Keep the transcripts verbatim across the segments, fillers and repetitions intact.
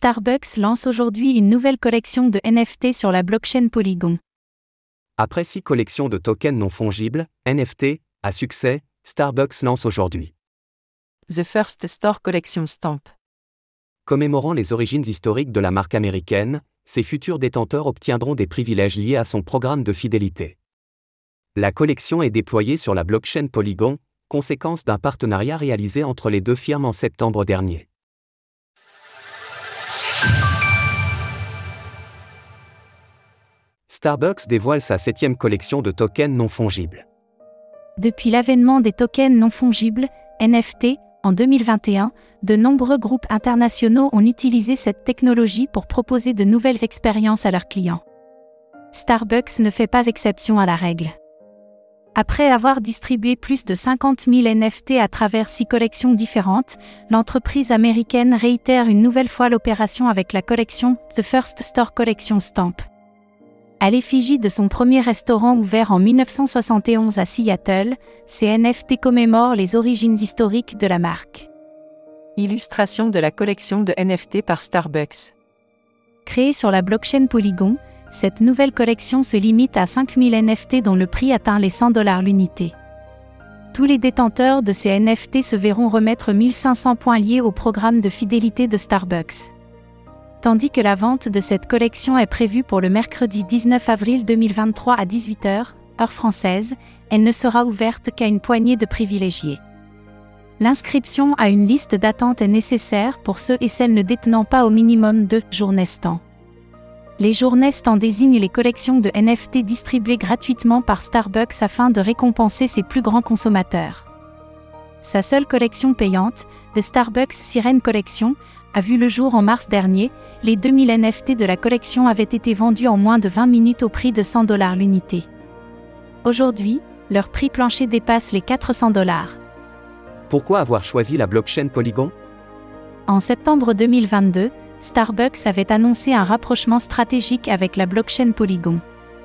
Starbucks lance aujourd'hui une nouvelle collection de N F T sur la blockchain Polygon. Après six collections de tokens non fongibles, N F T, à succès, Starbucks lance aujourd'hui The First Store Collection Stamp. Commémorant les origines historiques de la marque américaine, ses futurs détenteurs obtiendront des privilèges liés à son programme de fidélité. La collection est déployée sur la blockchain Polygon, conséquence d'un partenariat réalisé entre les deux firmes en septembre dernier. Starbucks dévoile sa septième collection de tokens non fongibles. Depuis l'avènement des tokens non fongibles, N F T, en deux mille vingt et un, de nombreux groupes internationaux ont utilisé cette technologie pour proposer de nouvelles expériences à leurs clients. Starbucks ne fait pas exception à la règle. Après avoir distribué plus de cinquante mille N F T à travers six collections différentes, l'entreprise américaine réitère une nouvelle fois l'opération avec la collection The First Store Collection Stamp. À l'effigie de son premier restaurant ouvert en mille neuf cent soixante et onze à Seattle, ces N F T commémorent les origines historiques de la marque. Illustration de la collection de N F T par Starbucks. Créée sur la blockchain Polygon, cette nouvelle collection se limite à cinq mille N F T dont le prix atteint les cent dollars l'unité. Tous les détenteurs de ces N F T se verront remettre mille cinq cents points liés au programme de fidélité de Starbucks. Tandis que la vente de cette collection est prévue pour le mercredi dix-neuf avril deux mille vingt-trois à dix-huit heures, heure française, elle ne sera ouverte qu'à une poignée de privilégiés. L'inscription à une liste d'attente est nécessaire pour ceux et celles ne détenant pas au minimum deux jours Nestan. Les jours Nestan désignent les collections de N F T distribuées gratuitement par Starbucks afin de récompenser ses plus grands consommateurs. Sa seule collection payante, The Starbucks Siren Collection, a vu le jour en mars dernier. Les deux mille N F T de la collection avaient été vendus en moins de vingt minutes au prix de cent dollars l'unité. Aujourd'hui, leur prix plancher dépasse les quatre cents dollars. Pourquoi avoir choisi la blockchain Polygon ? En septembre deux mille vingt-deux, Starbucks avait annoncé un rapprochement stratégique avec la blockchain Polygon.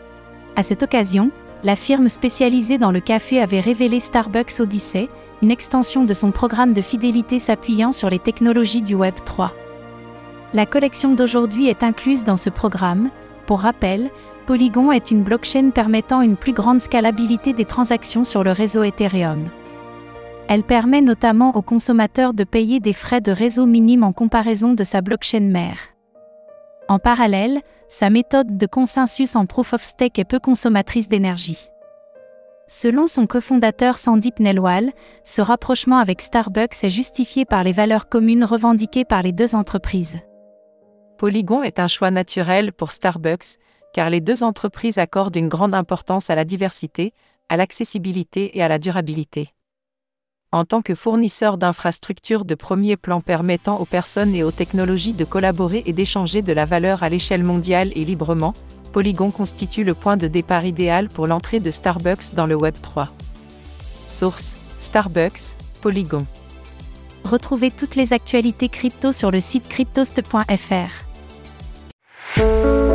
À cette occasion, la firme spécialisée dans le café avait révélé Starbucks Odyssey, une extension de son programme de fidélité s'appuyant sur les technologies du Web trois. La collection d'aujourd'hui est incluse dans ce programme. Pour rappel, Polygon est une blockchain permettant une plus grande scalabilité des transactions sur le réseau Ethereum. Elle permet notamment aux consommateurs de payer des frais de réseau minimes en comparaison de sa blockchain mère. En parallèle, sa méthode de consensus en Proof of Stake est peu consommatrice d'énergie. Selon son cofondateur Sandeep Nelwal, ce rapprochement avec Starbucks est justifié par les valeurs communes revendiquées par les deux entreprises. Polygon est un choix naturel pour Starbucks, car les deux entreprises accordent une grande importance à la diversité, à l'accessibilité et à la durabilité. En tant que fournisseur d'infrastructures de premier plan permettant aux personnes et aux technologies de collaborer et d'échanger de la valeur à l'échelle mondiale et librement, Polygon constitue le point de départ idéal pour l'entrée de Starbucks dans le Web trois. Source: Starbucks, Polygon. Retrouvez toutes les actualités crypto sur le site cryptost point f r.